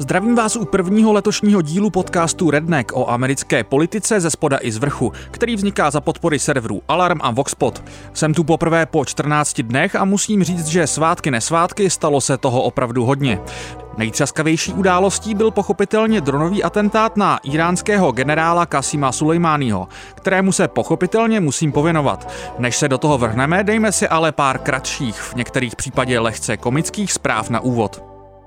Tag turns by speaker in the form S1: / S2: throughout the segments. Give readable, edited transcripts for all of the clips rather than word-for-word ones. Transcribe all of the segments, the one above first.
S1: Zdravím vás u prvního letošního dílu podcastu Redneck o americké politice ze spoda i z vrchu, který vzniká za podpory serverů Alarm a Voxpod. Jsem tu poprvé po 14 dnech a musím říct, že svátky nesvátky stalo se toho opravdu hodně. Nejtřaskavější událostí byl pochopitelně dronový atentát na iránského generála Qasima Sulejmáního, kterému se pochopitelně musím pověnovat. Než se do toho vrhneme, dejme si ale pár kratších, v některých případě lehce komických zpráv na úvod.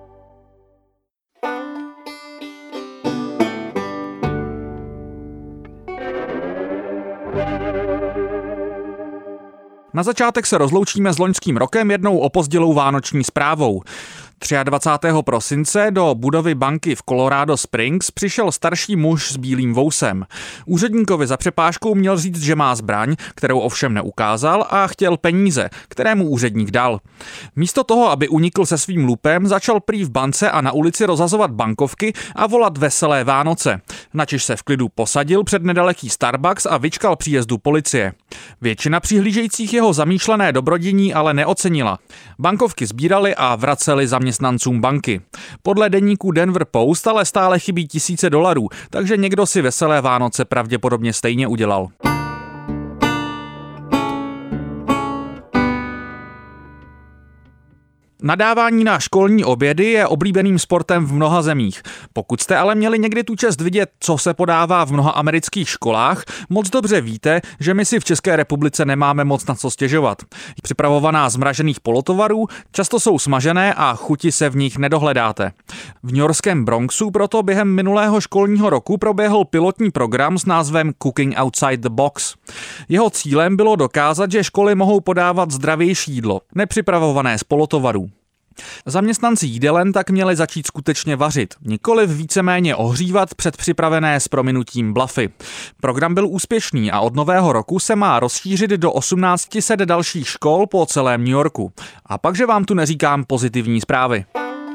S1: Na začátek se rozloučíme s loňským rokem jednou opozdělou vánoční zprávou. 23. prosince do budovy banky v Colorado Springs přišel starší muž s bílým vousem. Úředníkovi za přepážkou měl říct, že má zbraň, kterou ovšem neukázal, a chtěl peníze, které mu úředník dal. Místo toho, aby unikl se svým lupem, začal prý v bance a na ulici rozhazovat bankovky a volat veselé Vánoce. Načež se v klidu posadil před nedaleký Starbucks a vyčkal příjezdu policie. Většina přihlížejících jeho zamýšlené dobrodění ale neocenila. Bankovky sbírali a vraceli zaměstnancům banky. Podle deníku Denver Post ale stále chybí $1000, takže někdo si veselé Vánoce pravděpodobně stejně udělal. Nadávání na školní obědy je oblíbeným sportem v mnoha zemích. Pokud jste ale měli někdy tu čest vidět, co se podává v mnoha amerických školách, moc dobře víte, že my si v České republice nemáme moc na co stěžovat. Připravovaná z mražených polotovarů často jsou smažené a chuti se v nich nedohledáte. V newyorském Bronxu proto během minulého školního roku proběhl pilotní program s názvem Cooking Outside the Box. Jeho cílem bylo dokázat, že školy mohou podávat zdravější jídlo, nepřipravované z polotovarů. Zaměstnanci jídelen tak měli začít skutečně vařit, nikoliv víceméně ohřívat předpřipravené s prominutím blafy. Program byl úspěšný a od nového roku se má rozšířit do 1800 dalších škol po celém New Yorku. A pak, že vám tu neříkám pozitivní zprávy.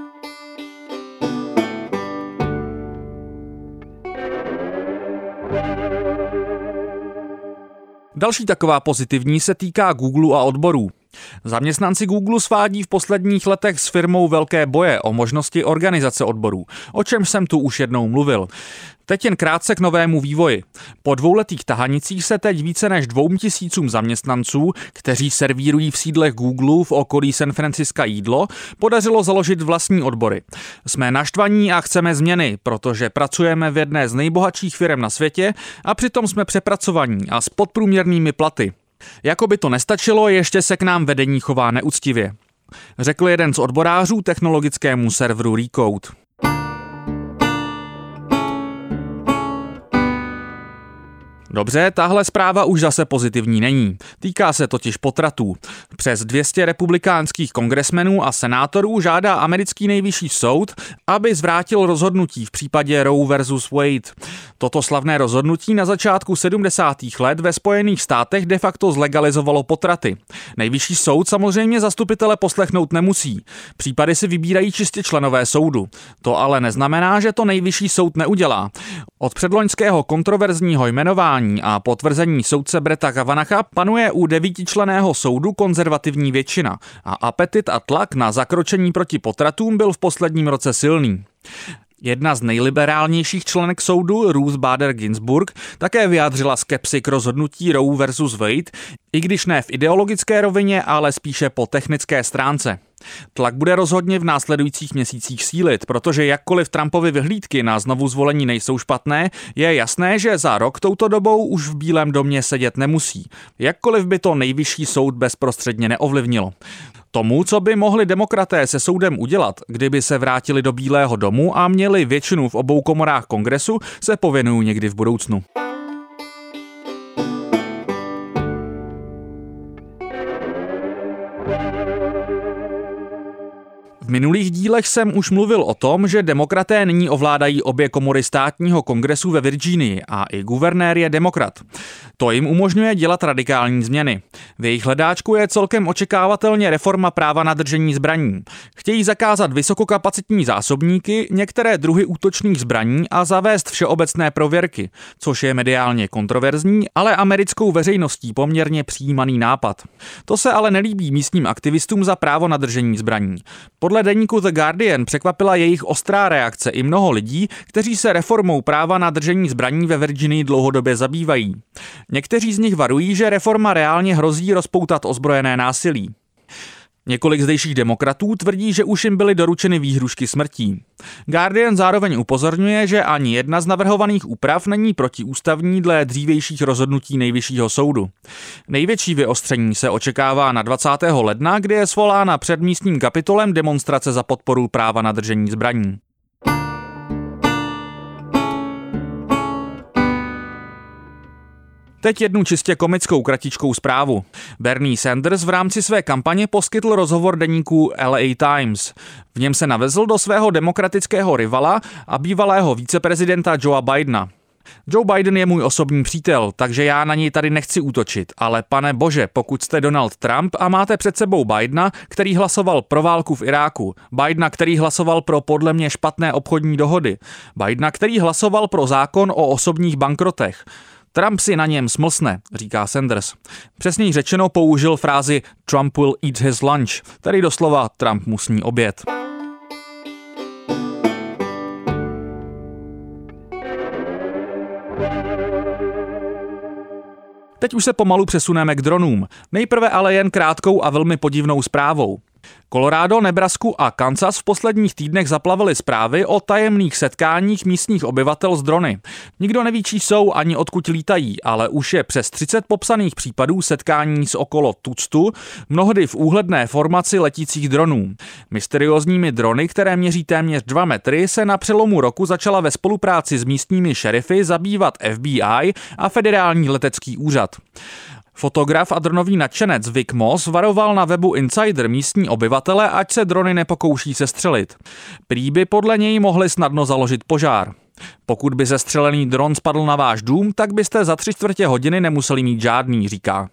S1: Další taková pozitivní se týká Google a odborů. Zaměstnanci Google svádí v posledních letech s firmou velké boje o možnosti organizace odborů, o čemž jsem tu už jednou mluvil. Teď jen krátce k novému vývoji. Po dvouletých tahanicích se teď více než 2000 zaměstnanců, kteří servírují v sídlech Google v okolí San Francisca jídlo, podařilo založit vlastní odbory. Jsme naštvaní a chceme změny, protože pracujeme v jedné z nejbohatších firem na světě a přitom jsme přepracovaní a s podprůměrnými platy. Jako by to nestačilo, ještě se k nám vedení chová neúctivě, řekl jeden z odborářů technologickému serveru Recode. Dobře, tahle zpráva už zase pozitivní není. Týká se totiž potratů. Přes 200 republikánských kongresmenů a senátorů žádá americký nejvyšší soud, aby zvrátil rozhodnutí v případě Roe versus Wade. Toto slavné rozhodnutí na začátku 70. let ve Spojených státech de facto zlegalizovalo potraty. Nejvyšší soud samozřejmě zastupitele poslechnout nemusí. Případy si vybírají čistě členové soudu. To ale neznamená, že to nejvyšší soud neudělá. Od předloňského kontroverzního jmenování a potvrzení soudce Bretta Kavanagha panuje u 9členného soudu konzervativní většina a apetit a tlak na zakročení proti potratům byl v posledním roce silný. Jedna z nejliberálnějších členek soudu, Ruth Bader Ginsburg, také vyjádřila skepsi k rozhodnutí Roe versus Wade, i když ne v ideologické rovině, ale spíše po technické stránce. Tlak bude rozhodně v následujících měsících sílit, protože jakkoliv Trumpovy vyhlídky na znovu zvolení nejsou špatné, je jasné, že za rok touto dobou už v Bílém domě sedět nemusí. Jakkoliv by to nejvyšší soud bezprostředně neovlivnilo. Tomu, co by mohli demokraté se soudem udělat, kdyby se vrátili do Bílého domu a měli většinu v obou komorách kongresu, se pověnují někdy v budoucnu. V minulých dílech jsem už mluvil o tom, že demokraté nyní ovládají obě komory státního kongresu ve Virginii a i guvernér je demokrat. To jim umožňuje dělat radikální změny. V jejich hledáčku je celkem očekávatelně reforma práva na držení zbraní. Chtějí zakázat vysokokapacitní zásobníky, některé druhy útočných zbraní a zavést všeobecné prověrky, což je mediálně kontroverzní, ale americkou veřejností poměrně přijímaný nápad. To se ale nelíbí místním aktivistům za právo na držení zbraní. Podle deníku The Guardian překvapila jejich ostrá reakce i mnoho lidí, kteří se reformou práva na držení zbraní ve Virginii dlouhodobě zabývají. Někteří z nich varují, že reforma reálně hrozí rozpoutat ozbrojené násilí. Několik zdejších demokratů tvrdí, že už jim byly doručeny výhrušky smrtí. Guardian zároveň upozorňuje, že ani jedna z navrhovaných úprav není protiústavní dle dřívějších rozhodnutí Nejvyššího soudu. Největší vyostření se očekává na 20. ledna, kdy je svolána před místním kapitolem demonstrace za podporu práva na držení zbraní. Teď jednu čistě komickou kratičkou zprávu. Bernie Sanders v rámci své kampaně poskytl rozhovor deníku LA Times. V něm se navezl do svého demokratického rivala a bývalého viceprezidenta Joea Bidena. Joe Biden je můj osobní přítel, takže já na něj tady nechci útočit, ale pane bože, pokud jste Donald Trump a máte před sebou Bidena, který hlasoval pro válku v Iráku, Bidena, který hlasoval pro podle mě špatné obchodní dohody, Bidena, který hlasoval pro zákon o osobních bankrotech, Trump si na něm smlsne, říká Sanders. Přesněji řečeno použil frázi Trump will eat his lunch, tedy doslova Trump mu sní oběd. Teď už se pomalu přesuneme k dronům. Nejprve ale jen krátkou a velmi podivnou zprávou. Colorado, Nebrasku a Kansas v posledních týdnech zaplavily zprávy o tajemných setkáních místních obyvatel s drony. Nikdo neví, čí jsou ani odkud lítají, ale už je přes 30 popsaných případů setkání s okolo tuctu, mnohdy v úhledné formaci letících dronů. Mysteriózními drony, které měří téměř 2 metry, se na přelomu roku začala ve spolupráci s místními šerify zabývat FBI a Federální letecký úřad. Fotograf a dronový nadšenec Vic Moss varoval na webu Insider místní obyvatele, ať se drony nepokouší sestřelit. Prý by podle něj mohli snadno založit požár. Pokud by sestřelený dron spadl na váš dům, tak byste za 3/4 hodiny nemuseli mít žádný, říká.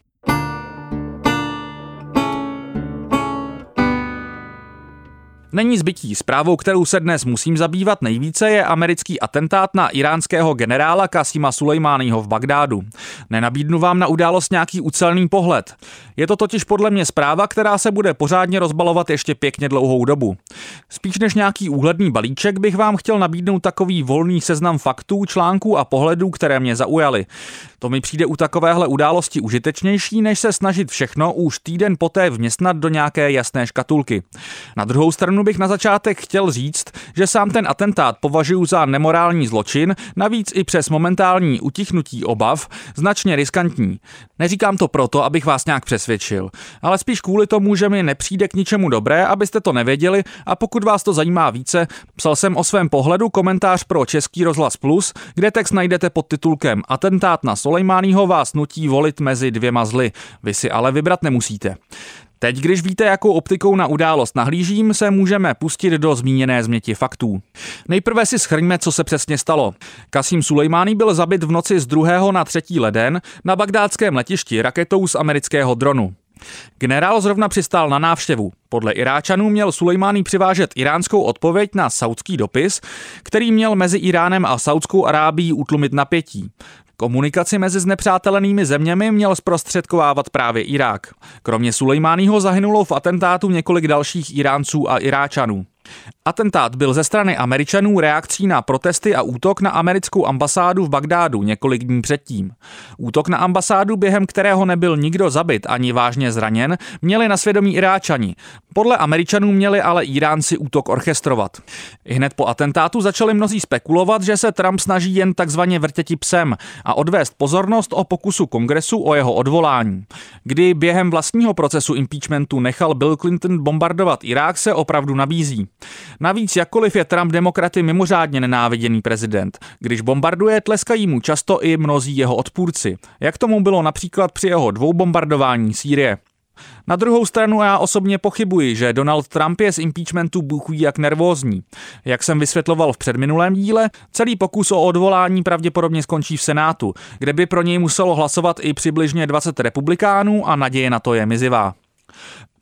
S1: Není zbytí. Zprávou, kterou se dnes musím zabývat nejvíce, je americký atentát na iránského generála Kasima Sulejmáního v Bagdádu. Nenabídnu vám na událost nějaký ucelený pohled. Je to totiž podle mě zpráva, která se bude pořádně rozbalovat ještě pěkně dlouhou dobu. Spíš než nějaký úhledný balíček bych vám chtěl nabídnout takový volný seznam faktů, článků a pohledů, které mě zaujaly. To mi přijde u takovéhle události užitečnější, než se snažit všechno už týden poté vměstnat do nějaké jasné škatulky. Na druhou stranu bych na začátek chtěl říct, že sám ten atentát považuji za nemorální zločin, navíc i přes momentální utichnutí obav, značně riskantní. Neříkám to proto, abych vás nějak přesvědčil, ale spíš kvůli tomu, že mi nepřijde k ničemu dobré, abyste to nevěděli, a pokud vás to zajímá více, psal jsem o svém pohledu komentář pro Český rozhlas Plus, kde text najdete pod titulkem Atentát na Sulejmáního vás nutí volit mezi 2 zly. Vy si ale vybrat nemusíte. Teď, když víte, jakou optikou na událost nahlížím, se můžeme pustit do zmíněné změti faktů. Nejprve si shrňme, co se přesně stalo. Kasim Sulejmání byl zabit v noci z 2. na 3. leden na bagdátském letišti raketou z amerického dronu. Generál zrovna přistál na návštěvu. Podle Iráčanů měl Sulejmání přivážet iránskou odpověď na saudský dopis, který měl mezi Iránem a Saudskou Arábií utlumit napětí. Komunikaci mezi znepřátelenými zeměmi měl zprostředkovávat právě Irák. Kromě Sulejmáního zahynulo v atentátu několik dalších Iránců a Iráčanů. Atentát byl ze strany Američanů reakcí na protesty a útok na americkou ambasádu v Bagdádu několik dní předtím. Útok na ambasádu, během kterého nebyl nikdo zabit ani vážně zraněn, měli na svědomí Iráčani. Podle Američanů měli ale Iránci útok orchestrovat. Ihned po atentátu začali mnozí spekulovat, že se Trump snaží jen takzvaně vrtěti psem a odvést pozornost o pokusu kongresu o jeho odvolání. Kdy během vlastního procesu impeachmentu nechal Bill Clinton bombardovat Irák, se opravdu nabízí. Navíc jakkoliv je Trump demokraty mimořádně nenáviděný prezident, když bombarduje, tleskají mu často i mnozí jeho odpůrci, jak tomu bylo například při jeho 2 bombardování Sýrie. Na druhou stranu já osobně pochybuji, že Donald Trump je z impeachmentu bůhví jak nervózní. Jak jsem vysvětloval v předminulém díle, celý pokus o odvolání pravděpodobně skončí v Senátu, kde by pro něj muselo hlasovat i přibližně 20 republikánů a naděje na to je mizivá.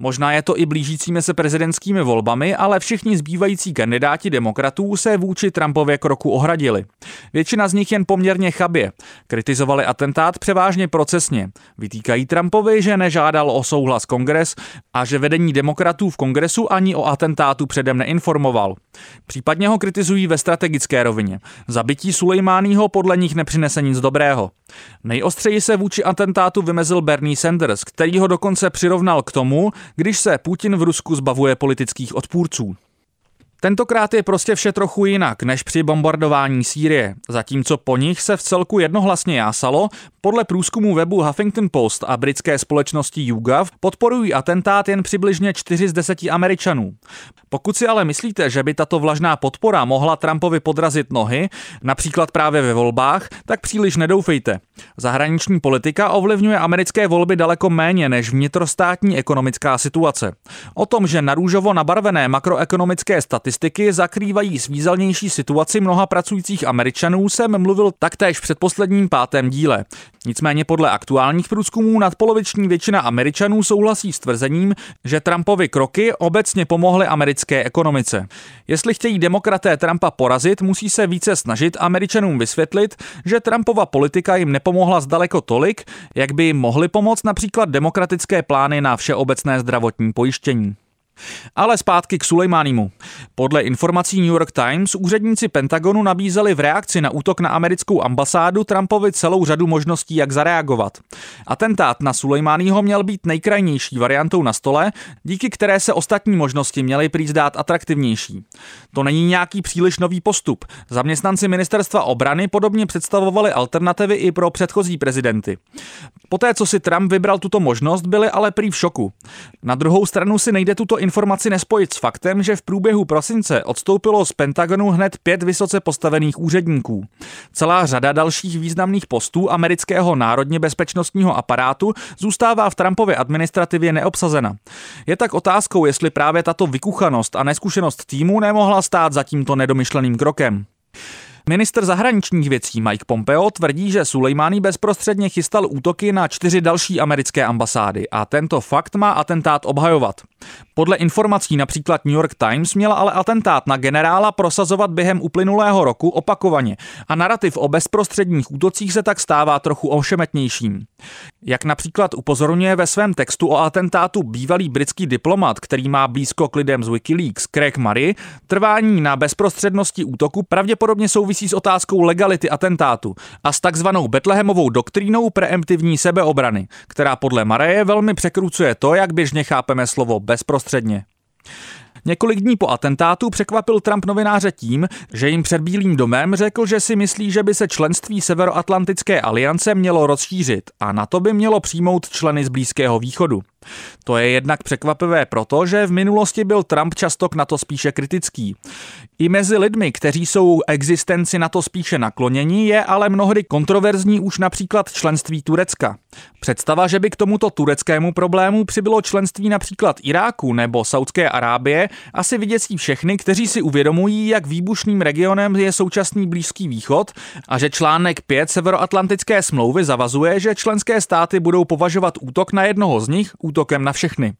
S1: Možná je to i blížícími se prezidentskými volbami, ale všichni zbývající kandidáti demokratů se vůči Trumpově kroku ohradili. Většina z nich jen poměrně chabě. Kritizovali atentát převážně procesně. Vytýkají Trumpovi, že nežádal o souhlas Kongres a že vedení demokratů v Kongresu ani o atentátu předem neinformoval. Případně ho kritizují ve strategické rovině. Zabití Sulejmáního podle nich nepřinese nic dobrého. Nejostřeji se vůči atentátu vymezil Bernie Sanders, který ho dokonce přirovnal k tomu, když se Putin v Rusku zbavuje politických odpůrců. Tentokrát je prostě vše trochu jinak než při bombardování Sýrie. Zatímco po nich se vcelku jednohlasně jásalo, podle průzkumu webu Huffington Post a britské společnosti YouGov podporují atentát jen přibližně 4 z 10 Američanů. Pokud si ale myslíte, že by tato vlažná podpora mohla Trumpovi podrazit nohy, například právě ve volbách, tak příliš nedoufejte. Zahraniční politika ovlivňuje americké volby daleko méně než vnitrostátní ekonomická situace. O tom, že narůžovo nabarvené makroekonomické statistiky zakrývají svízelnější situaci mnoha pracujících Američanů, jsem mluvil taktéž v předposledním 5. díle. Nicméně podle aktuálních průzkumů nadpoloviční většina Američanů souhlasí s tvrzením, že Trumpovy kroky obecně pomohly americké ekonomice. Jestli chtějí demokraté Trumpa porazit, musí se více snažit Američanům vysvětlit, že Trumpova politika jim nepomohla zdaleko tolik, jak by jim mohly pomoct například demokratické plány na všeobecné zdravotní pojištění. Ale zpátky k Sulejmánimu. Podle informací New York Times úředníci Pentagonu nabízeli v reakci na útok na americkou ambasádu Trumpovi celou řadu možností, jak zareagovat. Atentát na Sulejmáního měl být nejkrajnější variantou na stole, díky které se ostatní možnosti měly prý zdát atraktivnější. To není nějaký příliš nový postup. Zaměstnanci ministerstva obrany podobně představovali alternativy i pro předchozí prezidenty. Poté, co si Trump vybral tuto možnost, byli ale prý v šoku. Na druhou stranu si nejde tuto informaci nespojit s faktem, že v průběhu prosince odstoupilo z Pentagonu hned 5 vysoce postavených úředníků. Celá řada dalších významných postů amerického národně bezpečnostního aparátu zůstává v Trumpově administrativě neobsazena. Je tak otázkou, jestli právě tato vykuchanost a neskušenost týmu nemohla stát za tímto nedomyšleným krokem. Ministr zahraničních věcí Mike Pompeo tvrdí, že Sulejmání bezprostředně chystal útoky na 4 další americké ambasády a tento fakt má atentát obhajovat. Podle informací například New York Times měla ale atentát na generála prosazovat během uplynulého roku opakovaně a narrativ o bezprostředních útocích se tak stává trochu ošemetnějším. Jak například upozorňuje ve svém textu o atentátu bývalý britský diplomat, který má blízko k lidem z WikiLeaks, Craig Murray, trvání na bezprostřednosti útoku pravděpodobně souvisí s otázkou legality atentátu a s takzvanou Betlehemovou doktrínou preemptivní sebeobrany, která podle Murraye velmi překrucuje to, jak běžně chápeme slovo bezprostředně. Několik dní po atentátu překvapil Trump novináře tím, že jim před Bílým domem řekl, že si myslí, že by se členství Severoatlantické aliance mělo rozšířit a na to by mělo přijmout členy z Blízkého východu. To je jednak překvapivé proto, že v minulosti byl Trump často k NATO spíše kritický. I mezi lidmi, kteří jsou existenci NATO spíše nakloněni, je ale mnohdy kontroverzní už například členství Turecka. Představa, že by k tomuto tureckému problému přibylo členství například Iráku nebo Saudské Arábie, asi vyděsí všechny, kteří si uvědomují, jak výbušným regionem je současný Blízký východ a že článek 5 Severoatlantické smlouvy zavazuje, že členské státy budou považovat útok na jednoho z nich útokem na všechny.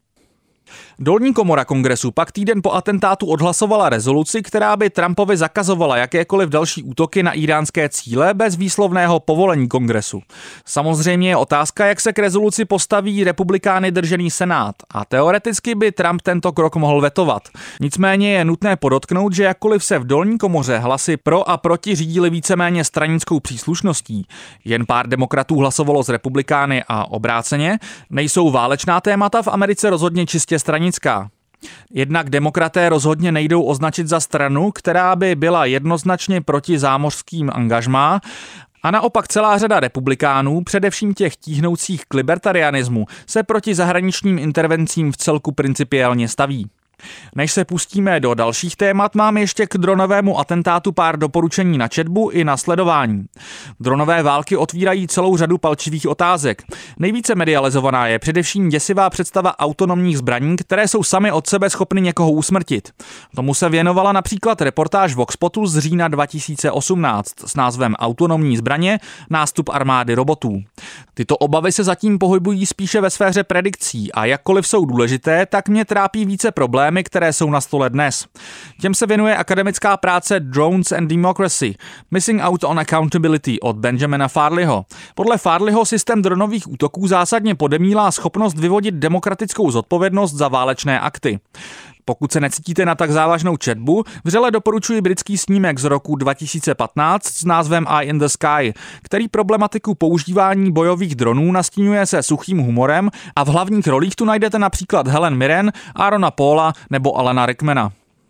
S1: Dolní komora kongresu pak týden po atentátu odhlasovala rezoluci, která by Trumpovi zakazovala jakékoliv další útoky na íránské cíle bez výslovného povolení kongresu. Samozřejmě je otázka, jak se k rezoluci postaví republikány držený Senát a teoreticky by Trump tento krok mohl vetovat. Nicméně je nutné podotknout, že jakkoliv se v dolní komoře hlasy pro a proti řídily víceméně stranickou příslušností, jen pár demokratů hlasovalo s republikány a obráceně, nejsou válečná témata v Americe rozhodně čistě stranická. Jednak demokraté rozhodně nejdou označit za stranu, která by byla jednoznačně proti zámořským angažmá, a naopak celá řada republikánů, především těch tíhnoucích k libertarianismu, se proti zahraničním intervencím v celku principiálně staví. Než se pustíme do dalších témat, mám ještě k dronovému atentátu pár doporučení na četbu i na sledování. Dronové války otvírají celou řadu palčivých otázek. Nejvíce medializovaná je především děsivá představa autonomních zbraní, které jsou sami od sebe schopny někoho usmrtit. Tomu se věnovala například reportáž Voxpotu z října 2018 s názvem Autonomní zbraně, nástup armády robotů. Tyto obavy se zatím pohybují spíše ve sféře predikcí a jakkoliv jsou důležité, tak mě trápí více problémy, které jsou na stole dnes. Těm se věnuje akademická práce Drones and Democracy – Missing Out on Accountability od Benjamina Farleyho. Podle Farleyho systém dronových útoků zásadně podemílá schopnost vyvodit demokratickou zodpovědnost za válečné akty. Pokud se necítíte na tak závažnou četbu, vřele doporučuji britský snímek z roku 2015 s názvem Eye in the Sky, který problematiku používání bojových dronů nastínuje se suchým humorem a v hlavních rolích tu najdete například Helen Mirren, Aarona Paula nebo Alana Rickmana.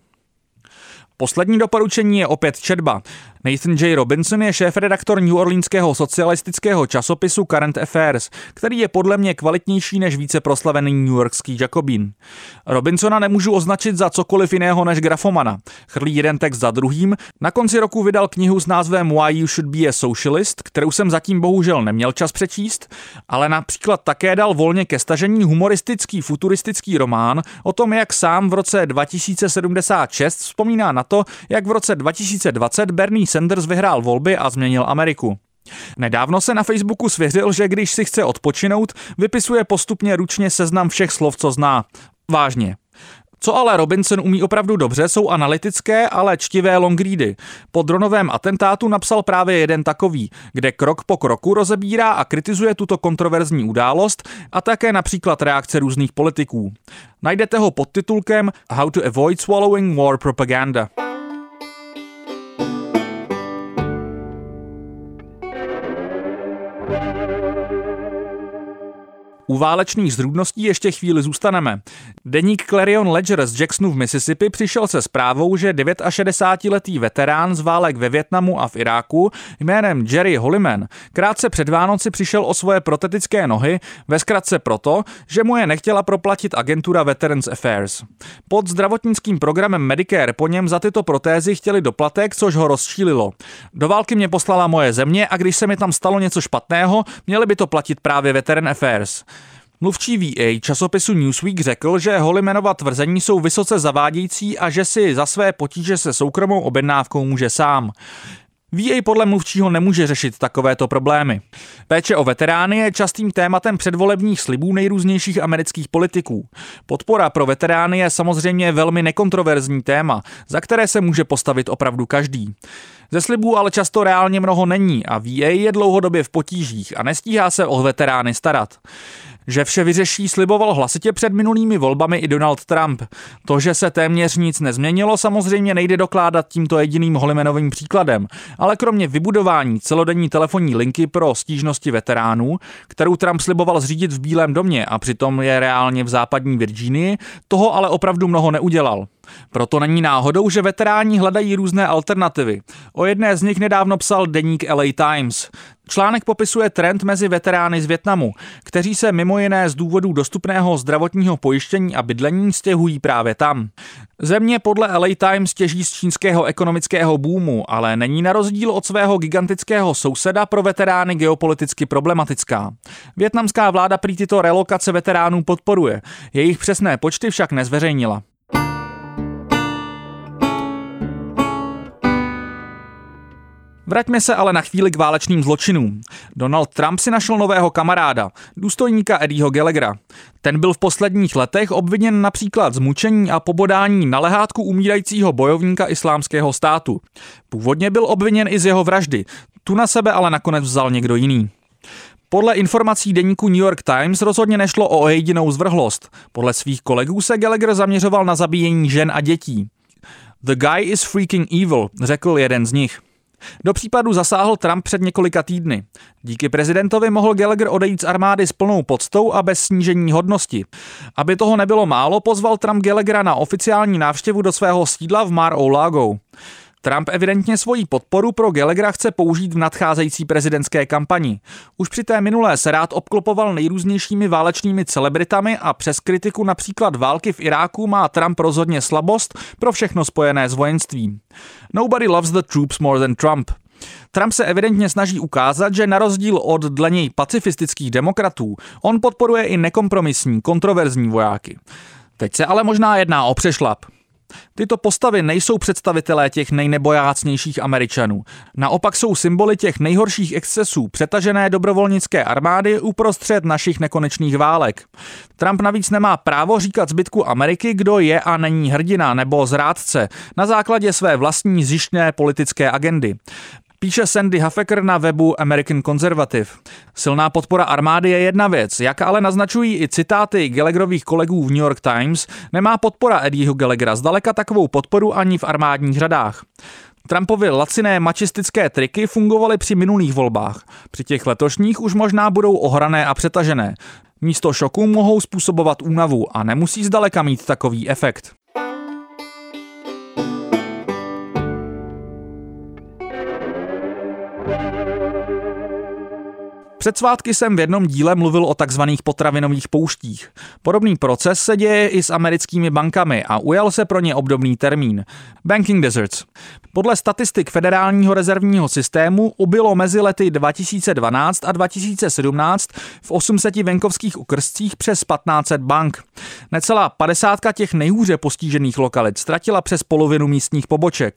S1: Poslední doporučení je opět četba. Nathan J. Robinson je šéfredaktor newyorleanského socialistického časopisu Current Affairs, který je podle mě kvalitnější než více proslavený newyorský Jacobin. Robinsona nemůžu označit za cokoliv jiného než grafomana. Chrlí jeden text za druhým. Na konci roku vydal knihu s názvem Why You Should Be a Socialist, kterou jsem zatím bohužel neměl čas přečíst, ale například také dal volně ke stažení humoristický futuristický román o tom, jak sám v roce 2076 vzpomíná na to, jak v roce 2020 Bernie Sanders vyhrál volby a změnil Ameriku. Nedávno se na Facebooku svěřil, že když si chce odpočinout, vypisuje postupně ručně seznam všech slov, co zná. Vážně. Co ale Robinson umí opravdu dobře, jsou analytické, ale čtivé longready. Po dronovém atentátu napsal právě jeden takový, kde krok po kroku rozebírá a kritizuje tuto kontroverzní událost a také například reakce různých politiků. Najdete ho pod titulkem How to Avoid Swallowing War Propaganda. U válečných zrůdností ještě chvíli zůstaneme. Deník Clarion Ledger z Jacksonu v Mississippi přišel se zprávou, že 69letý veterán z válek ve Vietnamu a v Iráku jménem Jerry Holliman krátce před Vánoci přišel o svoje protetické nohy, ve zkratce proto, že mu je nechtěla proplatit agentura Veterans Affairs. Pod zdravotnickým programem Medicare po něm za tyto protézy chtěli doplatek, což ho rozčílilo. Do války mě poslala moje země a když se mi tam stalo něco špatného, měli by to platit právě Veteran Affairs. Mluvčí VA časopisu Newsweek řekl, že Hollimanova tvrzení jsou vysoce zavádějící a že si za své potíže se soukromou objednávkou může sám. VA podle mluvčího nemůže řešit takovéto problémy. Péče o veterány je častým tématem předvolebních slibů nejrůznějších amerických politiků. Podpora pro veterány je samozřejmě velmi nekontroverzní téma, za které se může postavit opravdu každý. Ze slibů ale často reálně mnoho není a VA je dlouhodobě v potížích a nestíhá se o veterány starat. Že vše vyřeší, sliboval hlasitě před minulými volbami i Donald Trump. To, že se téměř nic nezměnilo, samozřejmě nejde dokládat tímto jediným Hollimanovým příkladem, ale kromě vybudování celodenní telefonní linky pro stížnosti veteránů, kterou Trump sliboval zřídit v Bílém domě a přitom je reálně v západní Virginii, toho ale opravdu mnoho neudělal. Proto není náhodou, že veteráni hledají různé alternativy. O jedné z nich nedávno psal deník LA Times. Článek popisuje trend mezi veterány z Vietnamu, kteří se mimo jiné z důvodu dostupného zdravotního pojištění a bydlení stěhují právě tam. Země podle LA Times těží z čínského ekonomického boomu, ale není na rozdíl od svého gigantického souseda pro veterány geopoliticky problematická. Vietnamská vláda prý tyto relokace veteránů podporuje, jejich přesné počty však nezveřejnila. Vraťme se ale na chvíli k válečným zločinům. Donald Trump si našel nového kamaráda, důstojníka Eddieho Gallaghera. Ten byl v posledních letech obviněn například z mučení a pobodání na lehátku umírajícího bojovníka Islámského státu. Původně byl obviněn i z jeho vraždy, tu na sebe ale nakonec vzal někdo jiný. Podle informací deníku New York Times rozhodně nešlo o jedinou zvrhlost. Podle svých kolegů se Gallagher zaměřoval na zabíjení žen a dětí. The guy is freaking evil, řekl jeden z nich. Do případu zasáhl Trump před několika týdny. Díky prezidentovi mohl Gallagher odejít z armády s plnou poctou a bez snížení hodnosti. Aby toho nebylo málo, pozval Trump Gallaghera na oficiální návštěvu do svého sídla v Mar-a-Lago. Trump evidentně svoji podporu pro Gallaghera chce použít v nadcházející prezidentské kampani. Už při té minulé se rád obklopoval nejrůznějšími válečnými celebritami a přes kritiku například války v Iráku má Trump rozhodně slabost pro všechno spojené s vojenstvím. Nobody loves the troops more than Trump. Trump se evidentně snaží ukázat, že na rozdíl od dle něj pacifistických demokratů, on podporuje i nekompromisní, kontroverzní vojáky. Teď se ale možná jedná o přešlap. Tyto postavy nejsou představitelé těch nejnebojácnějších Američanů. Naopak jsou symboly těch nejhorších excesů přetažené dobrovolnické armády uprostřed našich nekonečných válek. Trump navíc nemá právo říkat zbytku Ameriky, kdo je a není hrdina nebo zrádce na základě své vlastní zištné politické agendy. Píše Sandy Huffaker na webu American Conservative. Silná podpora armády je jedna věc, jak ale naznačují i citáty Gallagherových kolegů v New York Times, nemá podpora Eddieho Gallaghera zdaleka takovou podporu ani v armádních řadách. Trumpovy laciné mačistické triky fungovaly při minulých volbách. Při těch letošních už možná budou ohrané a přetažené. Místo šoku mohou způsobovat únavu a nemusí zdaleka mít takový efekt. Před svátky jsem v jednom díle mluvil o takzvaných potravinových pouštích. Podobný proces se děje i s americkými bankami a ujal se pro ně obdobný termín – banking deserts. Podle statistik Federálního rezervního systému ubylo mezi lety 2012 a 2017 v 800 venkovských okrscích přes 1500 bank. Necelá 50 těch nejhůře postižených lokalit ztratila přes polovinu místních poboček.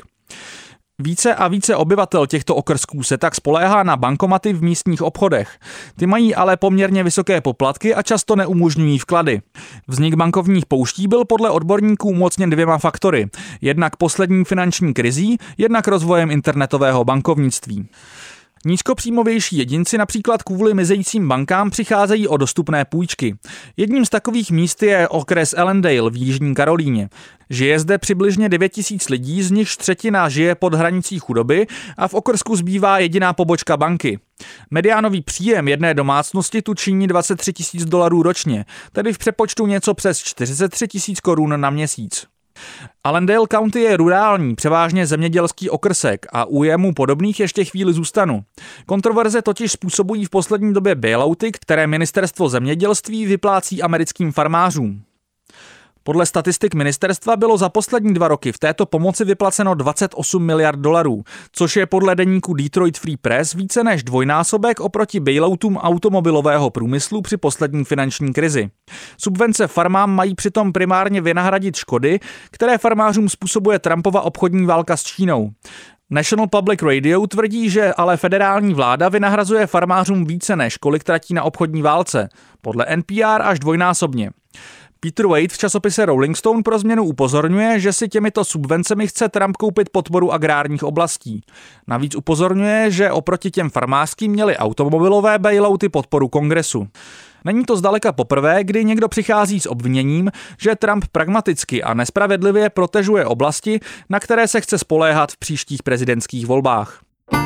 S1: Více a více obyvatel těchto okrsků se tak spoléhá na bankomaty v místních obchodech. Ty mají ale poměrně vysoké poplatky a často neumožňují vklady. Vznik bankovních pouští byl podle odborníků umocněn dvěma faktory. Jednak poslední finanční krizí, jednak rozvojem internetového bankovnictví. Nízkopříjmovější jedinci například kvůli mizejícím bankám přicházejí o dostupné půjčky. Jedním z takových míst je okres Allendale v Jižní Karolíně. Žije zde přibližně 9 000 lidí, z nichž třetina žije pod hranicí chudoby a v okrsku zbývá jediná pobočka banky. Mediánový příjem jedné domácnosti tu činí $23 000 ročně, tedy v přepočtu něco přes 43 000 korun na měsíc. Allendale County je rurální, převážně zemědělský okrsek a u jemu podobných ještě chvíli zůstanu. Kontroverze totiž způsobují v poslední době bailouty, které ministerstvo zemědělství vyplácí americkým farmářům. Podle statistik ministerstva bylo za poslední 2 roky v této pomoci vyplaceno $28 miliard, což je podle deníku Detroit Free Press více než dvojnásobek oproti bailoutům automobilového průmyslu při poslední finanční krizi. Subvence farmám mají přitom primárně vynahradit škody, které farmářům způsobuje Trumpova obchodní válka s Čínou. National Public Radio tvrdí, že ale federální vláda vynahrazuje farmářům více než kolik tratí na obchodní válce, podle NPR až dvojnásobně. Peter Wade v časopise Rolling Stone pro změnu upozorňuje, že si těmito subvencemi chce Trump koupit podporu agrárních oblastí. Navíc upozorňuje, že oproti těm farmářským měly automobilové bailouty podporu Kongresu. Není to zdaleka poprvé, kdy někdo přichází s obviněním, že Trump pragmaticky a nespravedlivě protežuje oblasti, na které se chce spoléhat v příštích prezidentských volbách.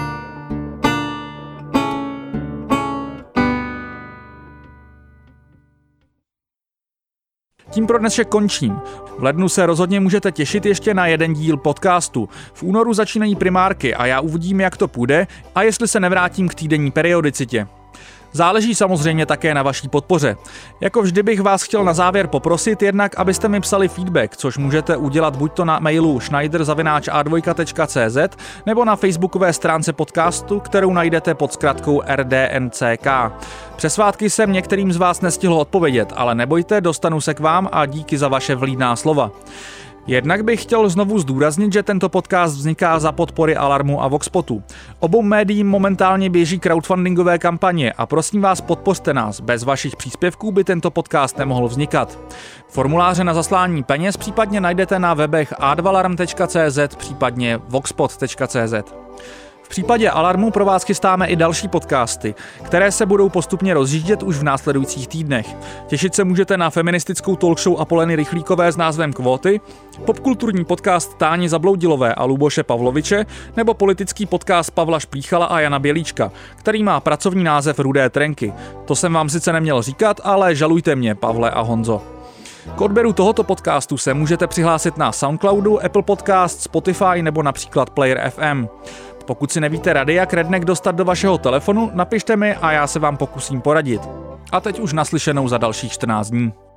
S1: Tím pro dnešek končím. V lednu se rozhodně můžete těšit ještě na jeden díl podcastu. V únoru začínají primárky a já uvidím, jak to půjde a jestli se nevrátím k týdenní periodicitě. Záleží samozřejmě také na vaší podpoře. Jako vždy bych vás chtěl na závěr poprosit jednak, abyste mi psali feedback, což můžete udělat buďto na mailu schneider@a2.cz nebo na facebookové stránce podcastu, kterou najdete pod zkratkou RDNCK. Přes svátky jsem některým z vás nestihl odpovědět, ale nebojte, dostanu se k vám a díky za vaše vlídná slova. Jednak bych chtěl znovu zdůraznit, že tento podcast vzniká za podpory Alarmu a Voxpotu. Obou médiím momentálně běží crowdfundingové kampaně a prosím vás, podpořte nás. Bez vašich příspěvků by tento podcast nemohl vznikat. Formuláře na zaslání peněz případně najdete na webech advalarm.cz, případně voxpot.cz. V případě Alarmu pro vás chystáme i další podcasty, které se budou postupně rozjíždět už v následujících týdnech. Těšit se můžete na feministickou talkshow Apoleny Rychlíkové s názvem Kvóty, popkulturní podcast Táni Zabloudilové a Luboše Pavloviče nebo politický podcast Pavla Šplíchala a Jana Bělíčka, který má pracovní název Rudé trenky. To jsem vám sice neměl říkat, ale žalujte mě, Pavle a Honzo. K odběru tohoto podcastu se můžete přihlásit na Soundcloudu, Apple Podcast, Spotify nebo například Player FM. Pokud si nevíte rady, jak Redneck dostat do vašeho telefonu, napište mi a já se vám pokusím poradit. A teď už naslyšenou za dalších 14 dní.